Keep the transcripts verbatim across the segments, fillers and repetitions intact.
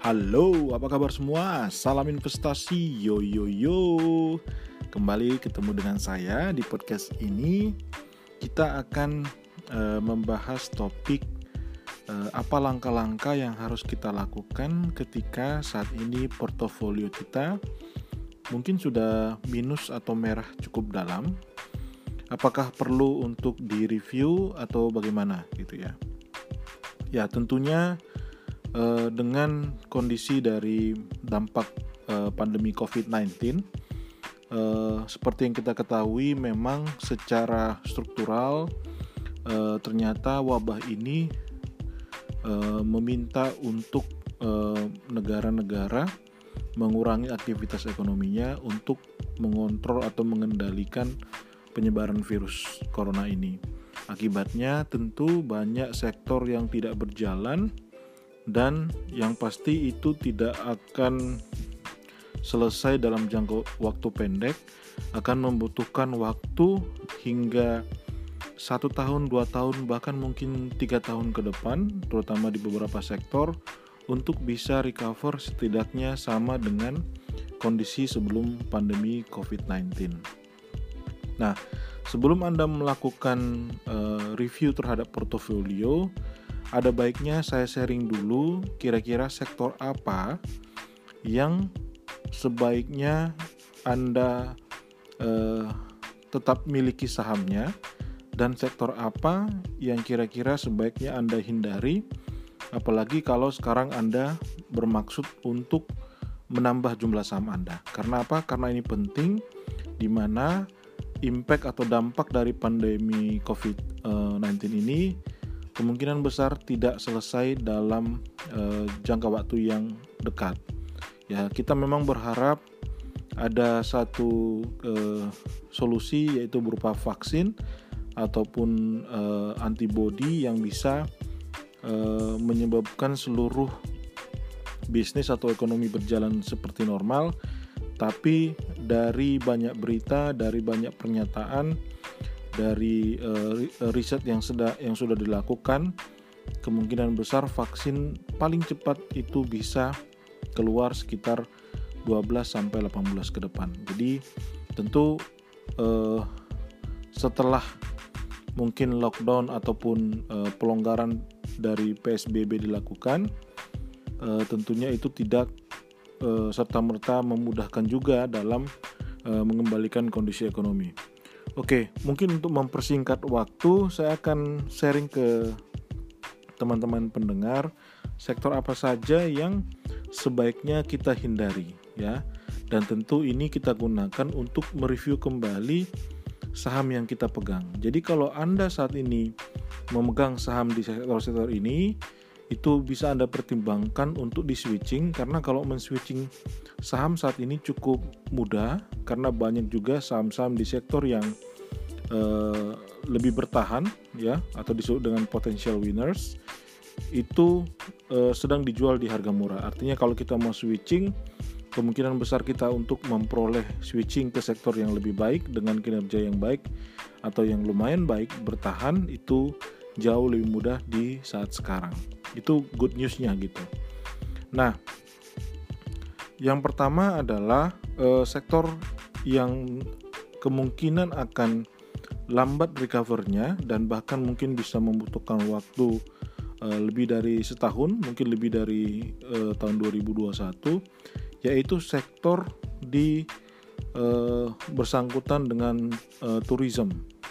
Halo, apa kabar semua? Salam investasi, yo yo yo. Kembali ketemu dengan saya di podcast ini. Kita akan uh, membahas topik uh, apa langkah-langkah yang harus kita lakukan ketika saat ini portofolio kita mungkin sudah minus atau merah cukup dalam. Apakah perlu untuk direview atau bagaimana gitu ya? Ya, tentunya Uh, dengan kondisi dari dampak uh, pandemi covid sembilan belas, uh, seperti yang kita ketahui memang secara struktural uh, ternyata wabah ini uh, meminta untuk uh, negara-negara mengurangi aktivitas ekonominya untuk mengontrol atau mengendalikan penyebaran virus corona ini. Akibatnya tentu banyak sektor yang tidak berjalan, dan yang pasti itu tidak akan selesai dalam jangka waktu pendek, akan membutuhkan waktu hingga satu tahun, dua tahun, bahkan mungkin tiga tahun ke depan, terutama di beberapa sektor, untuk bisa recover setidaknya sama dengan kondisi sebelum pandemi covid sembilan belas. Nah, sebelum Anda melakukan uh, review terhadap portofolio, ada baiknya saya sharing dulu kira-kira sektor apa yang sebaiknya Anda eh, tetap miliki sahamnya, dan sektor apa yang kira-kira sebaiknya Anda hindari, apalagi kalau sekarang Anda bermaksud untuk menambah jumlah saham Anda. Karena apa? Karena ini penting, di mana impact atau dampak dari pandemi covid sembilan belas ini kemungkinan besar tidak selesai dalam uh, jangka waktu yang dekat. Ya, kita memang berharap ada satu uh, solusi, yaitu berupa vaksin ataupun uh, antibodi yang bisa uh, menyebabkan seluruh bisnis atau ekonomi berjalan seperti normal. Tapi dari banyak berita, dari banyak pernyataan, dari uh, riset yang sudah yang sudah dilakukan, kemungkinan besar vaksin paling cepat itu bisa keluar sekitar dua belas sampai delapan belas ke depan. Jadi tentu uh, setelah mungkin lockdown ataupun uh, pelonggaran dari P S B B dilakukan, uh, tentunya itu tidak uh, serta-merta memudahkan juga dalam uh, mengembalikan kondisi ekonomi. Oke, mungkin untuk mempersingkat waktu, saya akan sharing ke teman-teman pendengar sektor apa saja yang sebaiknya kita hindari, ya. Dan tentu ini kita gunakan untuk mereview kembali saham yang kita pegang. Jadi kalau Anda saat ini memegang saham di sektor-sektor ini, itu bisa Anda pertimbangkan untuk di-switching, karena kalau men-switching saham saat ini cukup mudah, karena banyak juga saham-saham di sektor yang uh, lebih bertahan, ya, atau disebut dengan potential winners, itu uh, sedang dijual di harga murah. Artinya kalau kita mau switching, kemungkinan besar kita untuk memperoleh switching ke sektor yang lebih baik dengan kinerja yang baik atau yang lumayan baik bertahan, itu jauh lebih mudah di saat sekarang. Itu good news-nya gitu. Nah, yang pertama adalah uh, sektor yang kemungkinan akan lambat recover-nya dan bahkan mungkin bisa membutuhkan waktu uh, lebih dari setahun, mungkin lebih dari uh, tahun dua ribu dua puluh satu, yaitu sektor di uh, bersangkutan dengan uh, tourism.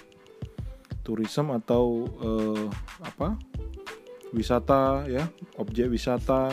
Tourism atau uh, apa? wisata, ya, objek wisata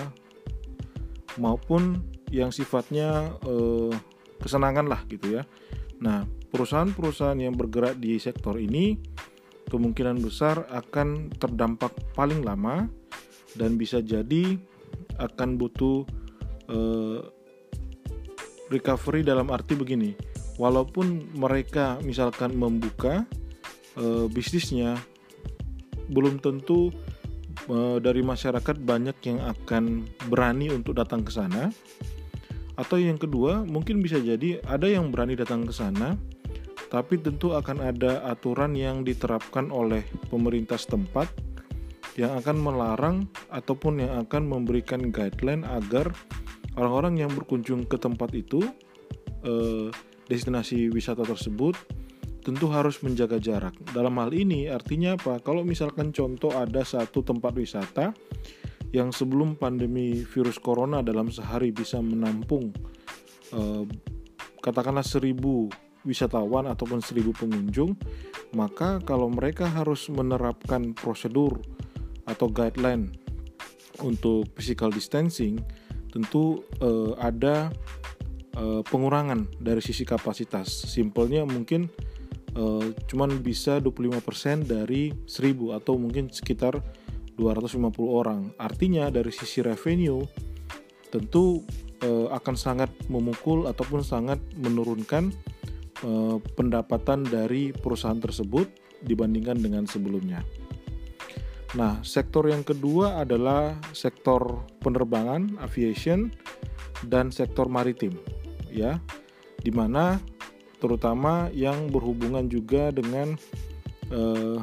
maupun yang sifatnya uh, kesenangan lah gitu ya. Nah, perusahaan-perusahaan yang bergerak di sektor ini kemungkinan besar akan terdampak paling lama dan bisa jadi akan butuh uh, recovery dalam arti begini. Walaupun mereka misalkan membuka uh, bisnisnya, belum tentu dari masyarakat banyak yang akan berani untuk datang ke sana. Atau yang kedua, mungkin bisa jadi ada yang berani datang ke sana, tapi tentu akan ada aturan yang diterapkan oleh pemerintah setempat yang akan melarang ataupun yang akan memberikan guideline agar orang-orang yang berkunjung ke tempat itu, eh, destinasi wisata tersebut, tentu harus menjaga jarak. Dalam hal ini artinya apa? Kalau misalkan contoh ada satu tempat wisata yang sebelum pandemi virus corona dalam sehari bisa menampung eh, katakanlah seribu wisatawan ataupun seribu pengunjung, maka kalau mereka harus menerapkan prosedur atau guideline untuk physical distancing, tentu eh, ada eh, pengurangan dari sisi kapasitas. Simpelnya mungkin Uh, cuman bisa dua puluh lima persen dari seribu atau mungkin sekitar dua ratus lima puluh orang. Artinya dari sisi revenue tentu uh, akan sangat memukul ataupun sangat menurunkan uh, pendapatan dari perusahaan tersebut dibandingkan dengan sebelumnya. Nah, sektor yang kedua adalah sektor penerbangan, aviation, dan sektor maritim, ya, di mana terutama yang berhubungan juga dengan eh,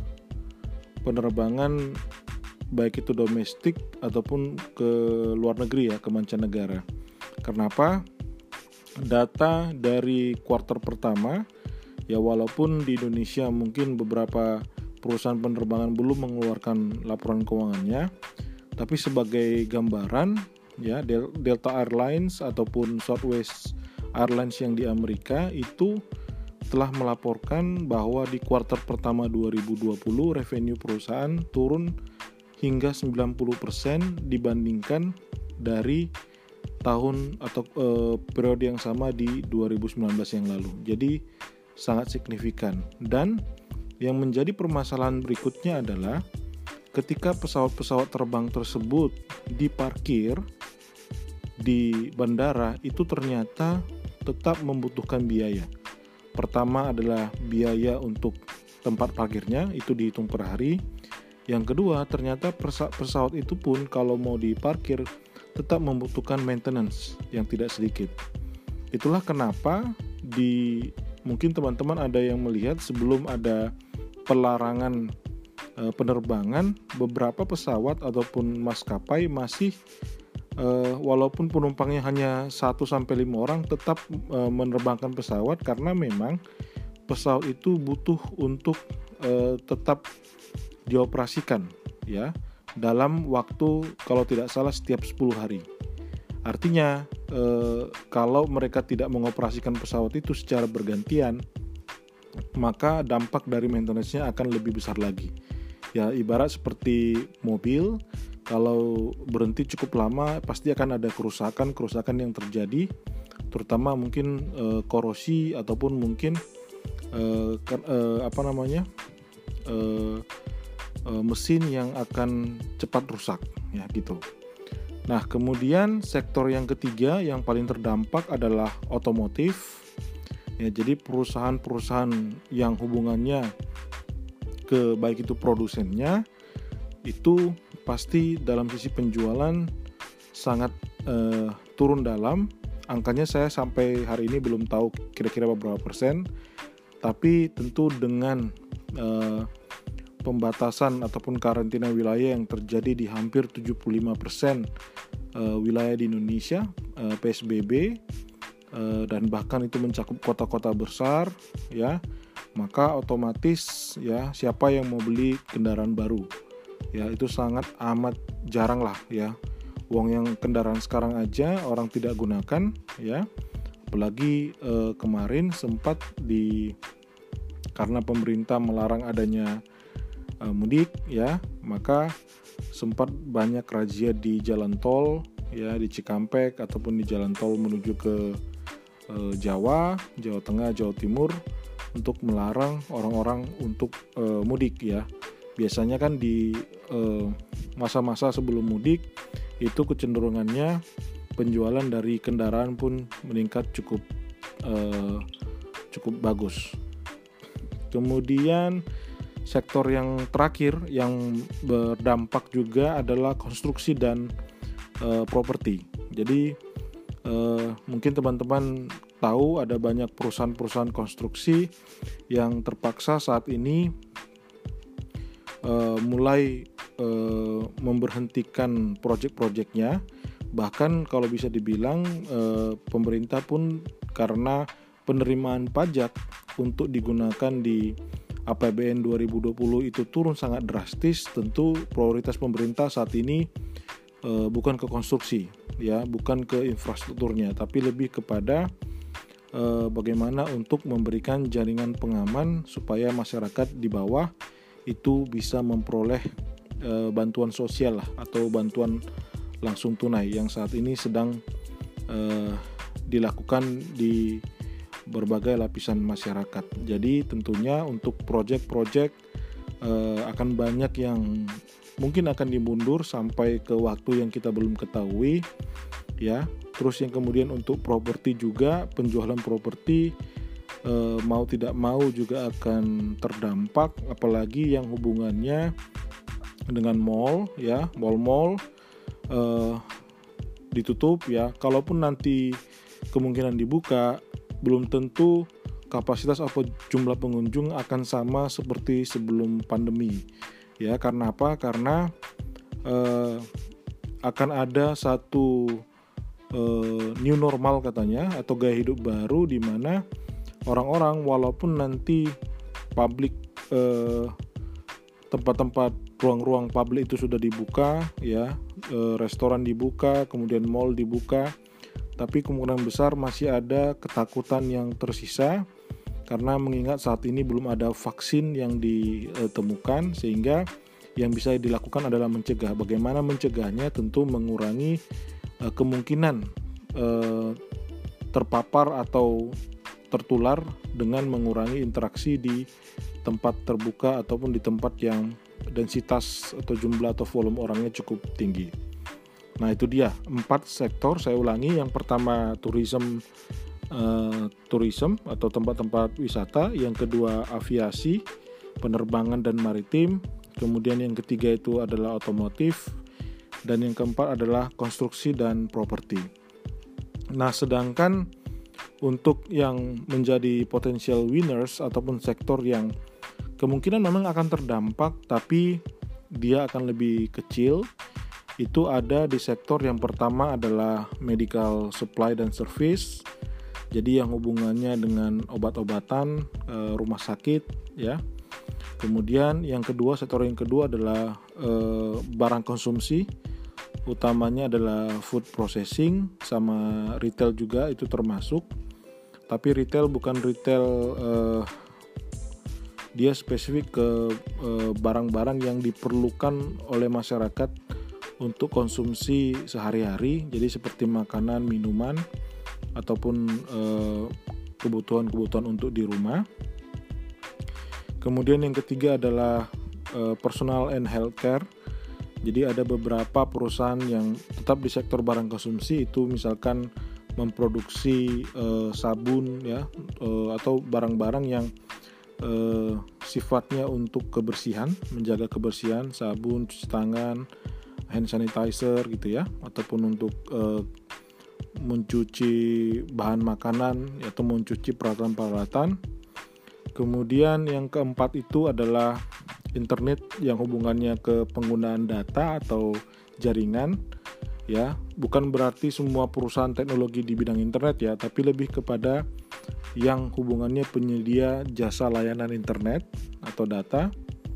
penerbangan baik itu domestik ataupun ke luar negeri ya, ke mancanegara. Kenapa? Data dari kuartal pertama ya, walaupun di Indonesia mungkin beberapa perusahaan penerbangan belum mengeluarkan laporan keuangannya, tapi sebagai gambaran ya, Delta Airlines ataupun Southwest Airlines yang di Amerika itu telah melaporkan bahwa di kuartal pertama dua ribu dua puluh revenue perusahaan turun hingga sembilan puluh persen dibandingkan dari tahun atau e, periode yang sama di dua ribu sembilan belas yang lalu. Jadi sangat signifikan. Dan yang menjadi permasalahan berikutnya adalah ketika pesawat-pesawat terbang tersebut diparkir di bandara, itu ternyata tetap membutuhkan biaya. Pertama adalah biaya untuk tempat parkirnya, itu dihitung per hari. Yang kedua, ternyata pesawat itu pun kalau mau diparkir tetap membutuhkan maintenance yang tidak sedikit. Itulah kenapa di mungkin teman-teman ada yang melihat sebelum ada pelarangan e, penerbangan, beberapa pesawat ataupun maskapai masih Uh, walaupun penumpangnya hanya satu sampai lima orang tetap uh, menerbangkan pesawat, karena memang pesawat itu butuh untuk uh, tetap dioperasikan ya dalam waktu kalau tidak salah setiap sepuluh hari. Artinya uh, kalau mereka tidak mengoperasikan pesawat itu secara bergantian, maka dampak dari maintenance-nya akan lebih besar lagi. Ya, ibarat seperti mobil, kalau berhenti cukup lama pasti akan ada kerusakan-kerusakan yang terjadi, terutama mungkin e, korosi ataupun mungkin e, ke, e, apa namanya e, e, mesin yang akan cepat rusak, ya gitu. Nah, kemudian sektor yang ketiga yang paling terdampak adalah otomotif. Ya, jadi perusahaan-perusahaan yang hubungannya ke baik itu produsennya itu pasti dalam sisi penjualan sangat uh, turun dalam. Angkanya saya sampai hari ini belum tahu kira-kira beberapa persen, tapi tentu dengan uh, pembatasan ataupun karantina wilayah yang terjadi di hampir tujuh puluh lima persen uh, wilayah di Indonesia, uh, P S B B, uh, dan bahkan itu mencakup kota-kota besar ya, maka otomatis ya siapa yang mau beli kendaraan baru ya, itu sangat amat jarang lah ya. Wong yang kendaraan sekarang aja orang tidak gunakan ya, apalagi eh, kemarin sempat di karena pemerintah melarang adanya eh, mudik ya, maka sempat banyak razia di jalan tol ya, di Cikampek ataupun di jalan tol menuju ke eh, Jawa, Jawa Tengah, Jawa Timur, untuk melarang orang-orang untuk eh, mudik ya. Biasanya kan di eh, masa-masa sebelum mudik itu kecenderungannya penjualan dari kendaraan pun meningkat cukup eh, cukup bagus. Kemudian sektor yang terakhir yang berdampak juga adalah konstruksi dan eh, properti. Jadi eh, mungkin teman-teman tahu ada banyak perusahaan-perusahaan konstruksi yang terpaksa saat ini Uh, mulai uh, memberhentikan proyek-proyeknya. Bahkan kalau bisa dibilang uh, pemerintah pun karena penerimaan pajak untuk digunakan di A P B N dua ribu dua puluh itu turun sangat drastis. Tentu prioritas pemerintah saat ini uh, bukan ke konstruksi, ya, bukan ke infrastrukturnya, tapi lebih kepada uh, bagaimana untuk memberikan jaringan pengaman supaya masyarakat di bawah itu bisa memperoleh uh, bantuan sosial lah, atau bantuan langsung tunai yang saat ini sedang uh, dilakukan di berbagai lapisan masyarakat. Jadi tentunya untuk proyek-proyek uh, akan banyak yang mungkin akan dimundur sampai ke waktu yang kita belum ketahui, ya. Terus yang kemudian untuk properti juga, penjualan properti uh, mau tidak mau juga akan terdampak, apalagi yang hubungannya dengan mall, ya, mall-mall uh, ditutup, ya. Kalaupun nanti kemungkinan dibuka, belum tentu kapasitas atau jumlah pengunjung akan sama seperti sebelum pandemi, ya. Karena apa? Karena eh, akan ada satu eh, new normal katanya, atau gaya hidup baru di mana orang-orang walaupun nanti publik eh, tempat-tempat ruang-ruang publik itu sudah dibuka, ya, eh, restoran dibuka, kemudian mall dibuka, tapi kemungkinan besar masih ada ketakutan yang tersisa karena mengingat saat ini belum ada vaksin yang ditemukan, sehingga yang bisa dilakukan adalah mencegah. Bagaimana mencegahnya? Tentu mengurangi uh, kemungkinan uh, terpapar atau tertular dengan mengurangi interaksi di tempat terbuka ataupun di tempat yang densitas atau jumlah atau volume orangnya cukup tinggi. Nah, itu dia empat sektor, saya ulangi. Yang pertama tourism, uh, tourism atau tempat-tempat wisata. Yang kedua aviasi, penerbangan dan maritim. Kemudian yang ketiga itu adalah otomotif. Dan yang keempat adalah konstruksi dan properti. Nah, sedangkan untuk yang menjadi potential winners ataupun sektor yang kemungkinan memang akan terdampak tapi dia akan lebih kecil, itu ada di sektor yang pertama adalah medical supply dan service. Jadi yang hubungannya dengan obat-obatan, e, rumah sakit, ya. Kemudian yang kedua, sektor yang kedua adalah e, barang konsumsi. Utamanya adalah food processing sama retail juga itu termasuk. Tapi retail bukan retail e, dia spesifik ke e, barang-barang yang diperlukan oleh masyarakat untuk konsumsi sehari-hari, jadi seperti makanan, minuman, ataupun eh, kebutuhan-kebutuhan untuk di rumah. Kemudian yang ketiga adalah eh, personal and healthcare. Jadi ada beberapa perusahaan yang tetap di sektor barang konsumsi, itu misalkan memproduksi eh, sabun, ya, eh, atau barang-barang yang eh, sifatnya untuk kebersihan, menjaga kebersihan, sabun, cuci tangan, hand sanitizer gitu, ya, ataupun untuk uh, mencuci bahan makanan atau mencuci peralatan-peralatan. Kemudian yang keempat itu adalah internet yang hubungannya ke penggunaan data atau jaringan, ya. Bukan berarti semua perusahaan teknologi di bidang internet, ya, tapi lebih kepada yang hubungannya penyedia jasa layanan internet atau data.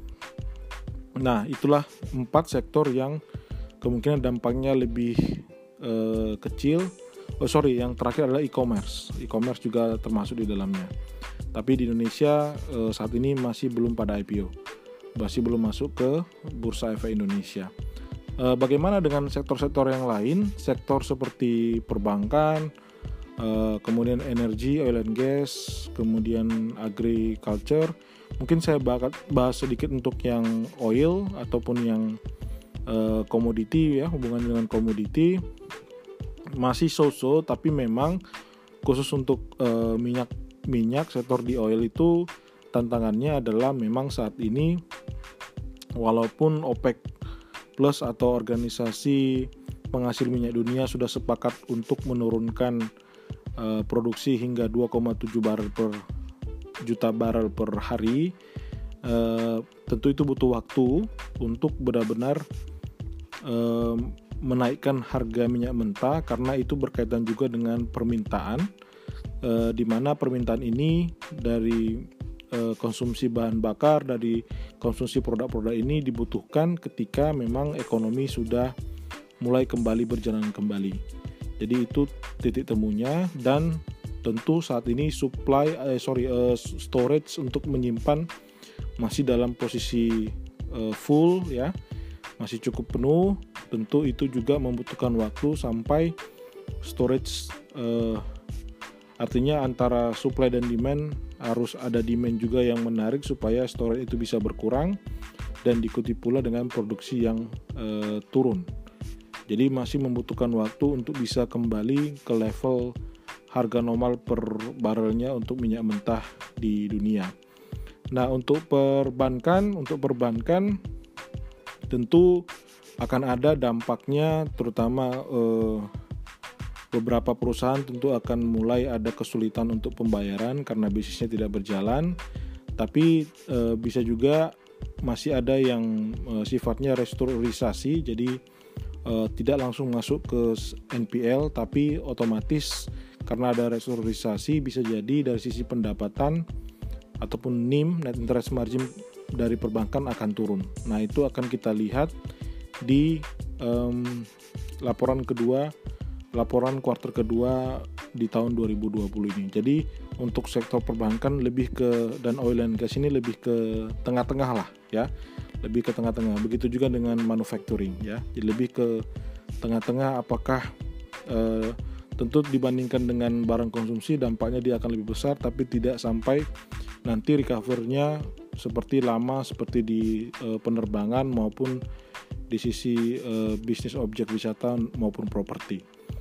Nah, itulah empat sektor yang kemungkinan dampaknya lebih eh, kecil. Oh sorry, yang terakhir adalah e-commerce. E-commerce juga termasuk di dalamnya. Tapi di Indonesia eh, saat ini masih belum pada I P O, masih belum masuk ke Bursa Efek Indonesia. Eh, bagaimana dengan sektor-sektor yang lain? Sektor seperti perbankan, eh, kemudian energi, oil and gas, kemudian agriculture. Mungkin saya bahas sedikit untuk yang oil ataupun yang komoditi, uh, ya, hubungan dengan komoditi masih so-so, tapi memang khusus untuk uh, minyak minyak sektor di oil itu tantangannya adalah memang saat ini walaupun OPEC Plus atau organisasi penghasil minyak dunia sudah sepakat untuk menurunkan uh, produksi hingga dua koma tujuh barel per juta barel per hari, uh, tentu itu butuh waktu untuk benar-benar uh, menaikkan harga minyak mentah, karena itu berkaitan juga dengan permintaan, uh, di mana permintaan ini dari uh, konsumsi bahan bakar, dari konsumsi produk-produk ini dibutuhkan ketika memang ekonomi sudah mulai kembali berjalan kembali. Jadi itu titik temunya, dan tentu saat ini supply eh, sorry uh, storage untuk menyimpan masih dalam posisi uh, full ya, masih cukup penuh. Tentu itu juga membutuhkan waktu sampai storage, uh, artinya antara supply dan demand harus ada demand juga yang menarik supaya storage itu bisa berkurang dan diikuti pula dengan produksi yang uh, turun. Jadi masih membutuhkan waktu untuk bisa kembali ke level harga normal per barelnya untuk minyak mentah di dunia. Nah, untuk perbankan, untuk perbankan tentu akan ada dampaknya, terutama eh, beberapa perusahaan tentu akan mulai ada kesulitan untuk pembayaran karena bisnisnya tidak berjalan. Tapi eh, bisa juga masih ada yang eh, sifatnya restrukturisasi, jadi eh, tidak langsung masuk ke N P L, tapi otomatis karena ada restrukturisasi bisa jadi dari sisi pendapatan ataupun N I M, net interest margin dari perbankan akan turun. Nah, itu akan kita lihat di um, laporan kedua, laporan kuartal kedua di tahun dua ribu dua puluh ini. Jadi untuk sektor perbankan lebih ke, dan oil and gas ini lebih ke tengah-tengah lah ya, lebih ke tengah-tengah. Begitu juga dengan manufacturing ya, jadi lebih ke tengah-tengah. Apakah uh, tentu dibandingkan dengan barang konsumsi dampaknya dia akan lebih besar, tapi tidak sampai nanti recover-nya seperti lama seperti di uh, penerbangan maupun di sisi uh, bisnis objek wisata maupun properti.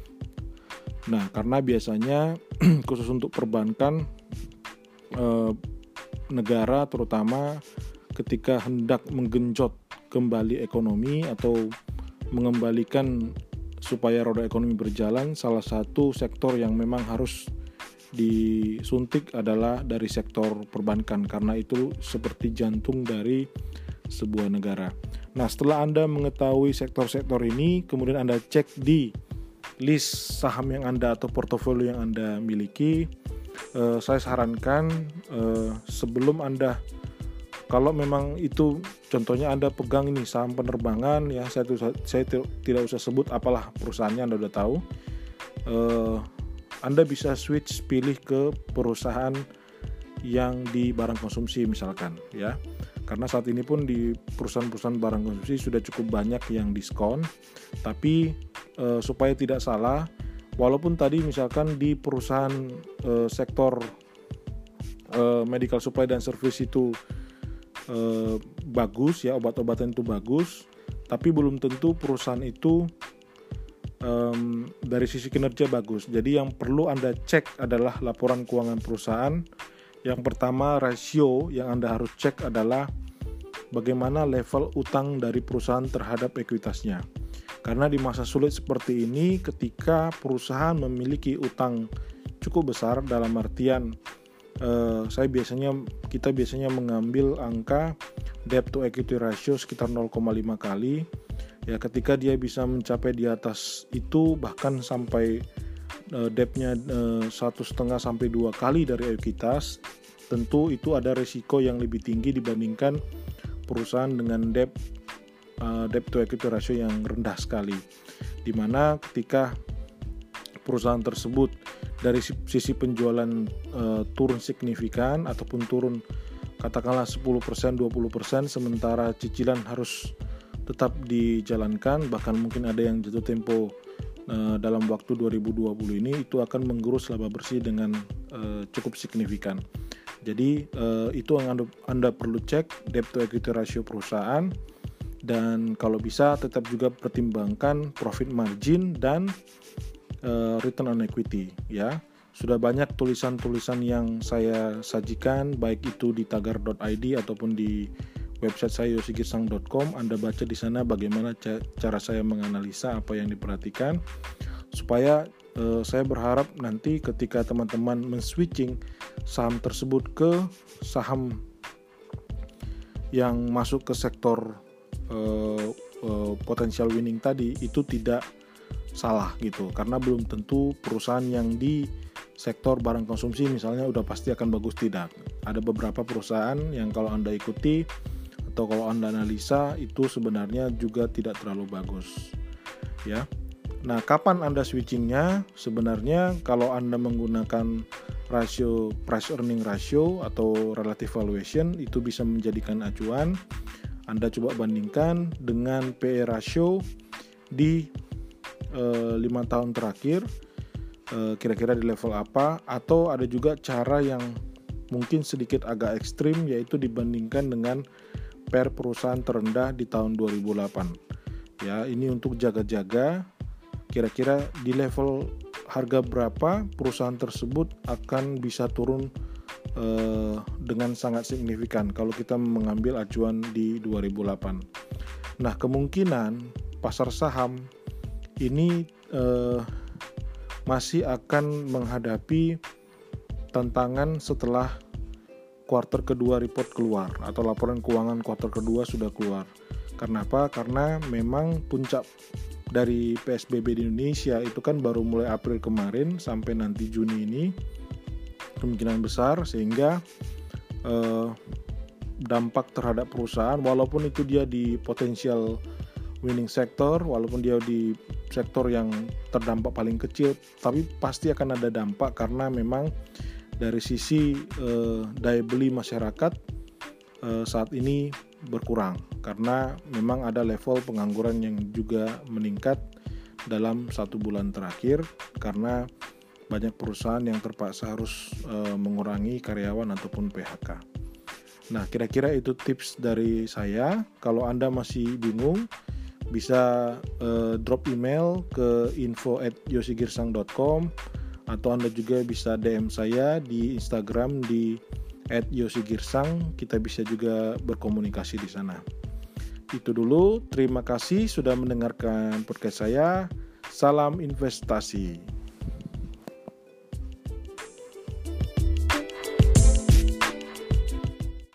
Nah, karena biasanya khusus untuk perbankan uh, negara terutama ketika hendak menggenjot kembali ekonomi atau mengembalikan supaya roda ekonomi berjalan, salah satu sektor yang memang harus disuntik adalah dari sektor perbankan, karena itu seperti jantung dari sebuah negara. Nah, setelah Anda mengetahui sektor-sektor ini, kemudian Anda cek di list saham yang Anda atau portofolio yang Anda miliki, eh, saya sarankan eh, sebelum Anda, kalau memang itu contohnya Anda pegang ini saham penerbangan ya, saya, saya tidak usah sebut apalah perusahaannya, Anda udah tahu. Eh, Anda bisa switch, pilih ke perusahaan yang di barang konsumsi misalkan ya. Karena saat ini pun di perusahaan-perusahaan barang konsumsi sudah cukup banyak yang diskon. Tapi e, supaya tidak salah, walaupun tadi misalkan di perusahaan e, sektor e, medical supply dan service itu e, bagus ya, obat-obatan itu bagus, tapi belum tentu perusahaan itu e, dari sisi kinerja bagus. Jadi yang perlu Anda cek adalah laporan keuangan perusahaan. Yang pertama, rasio yang Anda harus cek adalah bagaimana level utang dari perusahaan terhadap ekuitasnya. Karena di masa sulit seperti ini, ketika perusahaan memiliki utang cukup besar, dalam artian eh, saya biasanya kita biasanya mengambil angka debt to equity ratio sekitar nol koma lima kali. Ya, ketika dia bisa mencapai di atas itu, bahkan sampai debtnya satu setengah sampai dua kali dari ekuitas, tentu itu ada risiko yang lebih tinggi dibandingkan perusahaan dengan debt uh, debt to equity ratio yang rendah sekali, dimana ketika perusahaan tersebut dari sisi penjualan uh, turun signifikan ataupun turun katakanlah sepuluh persen dua puluh persen, sementara cicilan harus tetap dijalankan, bahkan mungkin ada yang jatuh tempo dalam waktu dua ribu dua puluh ini, itu akan menggerus laba bersih dengan uh, cukup signifikan. Jadi uh, itu yang anda, anda perlu cek debt to equity ratio perusahaan, dan kalau bisa tetap juga pertimbangkan profit margin dan uh, return on equity ya. Sudah banyak tulisan-tulisan yang saya sajikan, baik itu di tagar dot i d ataupun di website saya yosigirsang dot com. Anda baca di sana bagaimana ca- cara saya menganalisa apa yang diperhatikan, supaya eh, saya berharap nanti ketika teman-teman men-switching saham tersebut ke saham yang masuk ke sektor uh, uh, potensial winning tadi itu tidak salah gitu, karena belum tentu perusahaan yang di sektor barang konsumsi misalnya udah pasti akan bagus, tidak. Ada beberapa perusahaan yang kalau Anda ikuti atau kalau Anda analisa itu sebenarnya juga tidak terlalu bagus ya. Nah, kapan Anda switchingnya? Sebenarnya kalau Anda menggunakan rasio price earning ratio atau relative valuation, itu bisa menjadikan acuan. Anda coba bandingkan dengan P E ratio di e, lima tahun terakhir, e, kira-kira di level apa, atau ada juga cara yang mungkin sedikit agak ekstrim, yaitu dibandingkan dengan P E R perusahaan terendah di tahun dua ribu delapan. Ya, ini untuk jaga-jaga kira-kira di level harga berapa perusahaan tersebut akan bisa turun eh, dengan sangat signifikan kalau kita mengambil acuan di dua ribu delapan. Nah, kemungkinan pasar saham ini eh, masih akan menghadapi tantangan setelah kuartal kedua report keluar atau laporan keuangan kuartal kedua sudah keluar. Karena apa? Karena memang puncak dari P S B B di Indonesia itu kan baru mulai April kemarin sampai nanti Juni ini kemungkinan besar, sehingga eh, dampak terhadap perusahaan walaupun itu dia di potensial winning sector, walaupun dia di sektor yang terdampak paling kecil, tapi pasti akan ada dampak karena memang dari sisi eh, daya beli masyarakat eh, saat ini berkurang karena memang ada level pengangguran yang juga meningkat dalam satu bulan terakhir karena banyak perusahaan yang terpaksa harus e, mengurangi karyawan ataupun P H K. Nah, kira-kira itu tips dari saya. Kalau Anda masih bingung, bisa e, drop email ke info at yosigirsang dot com atau Anda juga bisa D M saya di Instagram di at yosigirsang. Kita bisa juga berkomunikasi di sana. Itu dulu, terima kasih sudah mendengarkan podcast saya. Salam investasi.